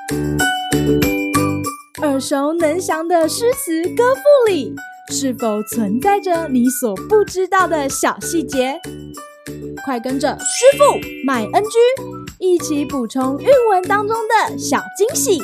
耳熟能详的诗词歌赋里，是否存在着你所不知道的小细节？快跟着师傅麦恩居一起补充韵文当中的小惊喜。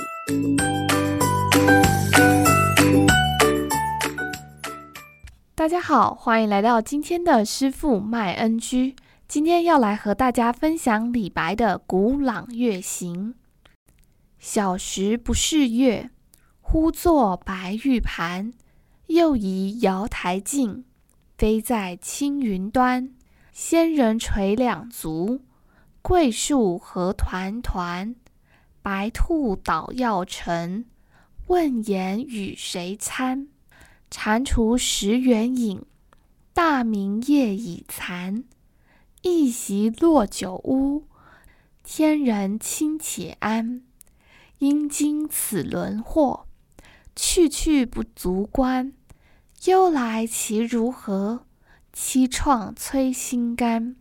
大家好，欢迎来到今天的师傅麦恩居。今天要来和大家分享李白的《古朗月行》。小时不识月，呼作白玉盘。又疑瑶台镜，飞在青云端。仙人垂两足，桂树何团团。白兔捣药成，问言与谁餐？蟾蜍10元饮，大明夜已残。一席落酒屋，天人清且安。应经此轮祸，去去不足观。忧来其如何？凄怆摧心肝。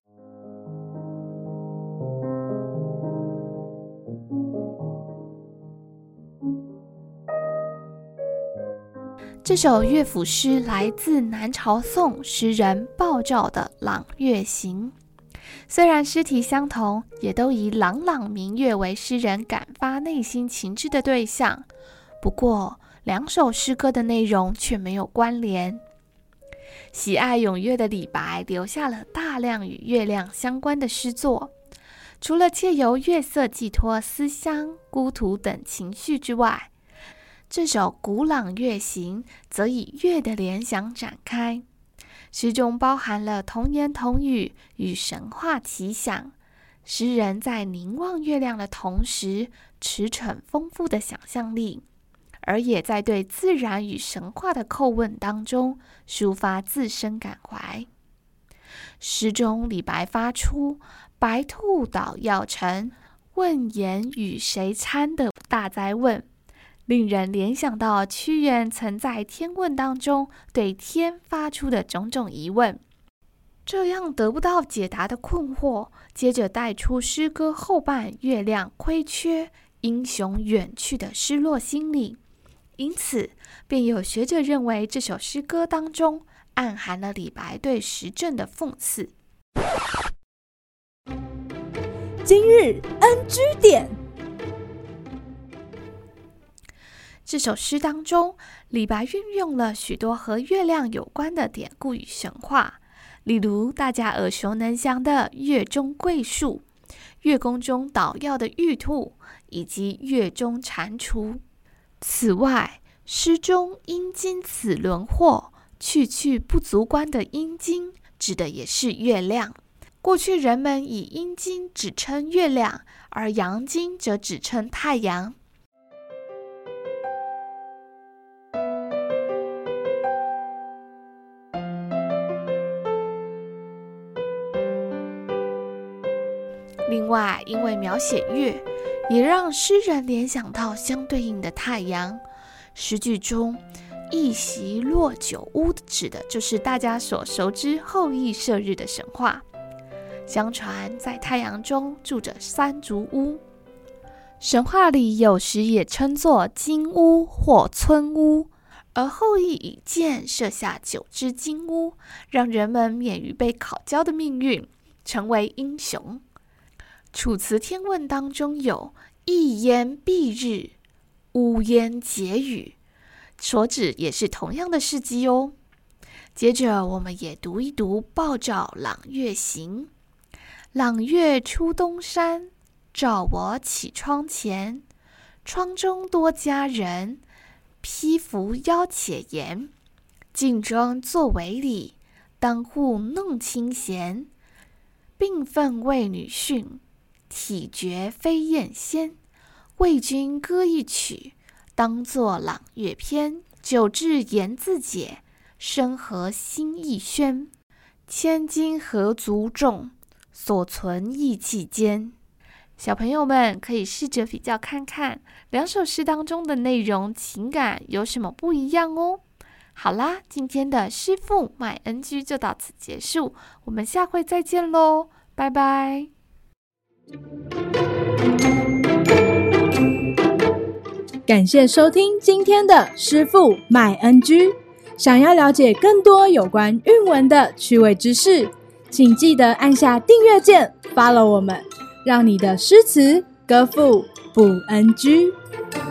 这首乐府诗来自南朝宋诗人鲍照的《朗月行》。虽然诗题相同，也都以朗朗明月为诗人感发内心情志的对象，不过两首诗歌的内容却没有关联。喜爱咏月的李白留下了大量与月亮相关的诗作，除了借由月色寄托思乡、孤独等情绪之外，这首《古朗月行》则以月的联想展开，诗中包含了童言童语与神话奇想，诗人在凝望月亮的同时，驰骋丰富的想象力，而也在对自然与神话的叩问当中抒发自身感怀。诗中李白发出白兔捣药成，问言与谁餐的大哉问，令人联想到屈原曾在天问当中对天发出的种种疑问，这样得不到解答的困惑，接着带出诗歌后半月亮亏缺、英雄远去的失落心理。因此便有学者认为这首诗歌当中暗含了李白对时政的讽刺。 今日 NG 点。 这首诗当中，李白运用了许多和月亮有关的典故与神话，例如大家耳熟能详的月中桂树、月宫中捣药的玉兔，以及月中蟾蜍。此外，诗中应经此轮祸，去去不足观的阴经指的也是月亮。过去人们以阴经指称月亮，而阳经则指称太阳。另外，因为描写月，也让诗人联想到相对应的太阳。诗句中一席落酒屋指的就是大家所熟知后羿射日的神话。相传在太阳中住着三足乌，神话里有时也称作金乌或村乌，而后羿以箭射下9只金乌，让人们免于被烤焦的命运，成为英雄。楚辞天问当中有一烟蔽日，乌烟解语，所指也是同样的事迹哦。接着我们也读一读鲍照《朗月行》。朗月出东山，照我起窗前。窗中多佳人，披拂腰且严。镜中作为礼，当户弄清闲。鬓分为女训，体绝非艳仙。为君歌一曲，当作朗月篇。酒至言自解，生和心意宣。千金何足重，所存意气坚。小朋友们可以试着比较看看两首诗当中的内容情感有什么不一样哦。好啦，今天的师傅麦恩居就到此结束，我们下回再见咯，拜拜。 感谢收听今天的师傅麦 NG。想要了解更多有关韵文的趣味知识，请记得按下订阅键 ，follow 我们，让你的诗词歌赋不 NG。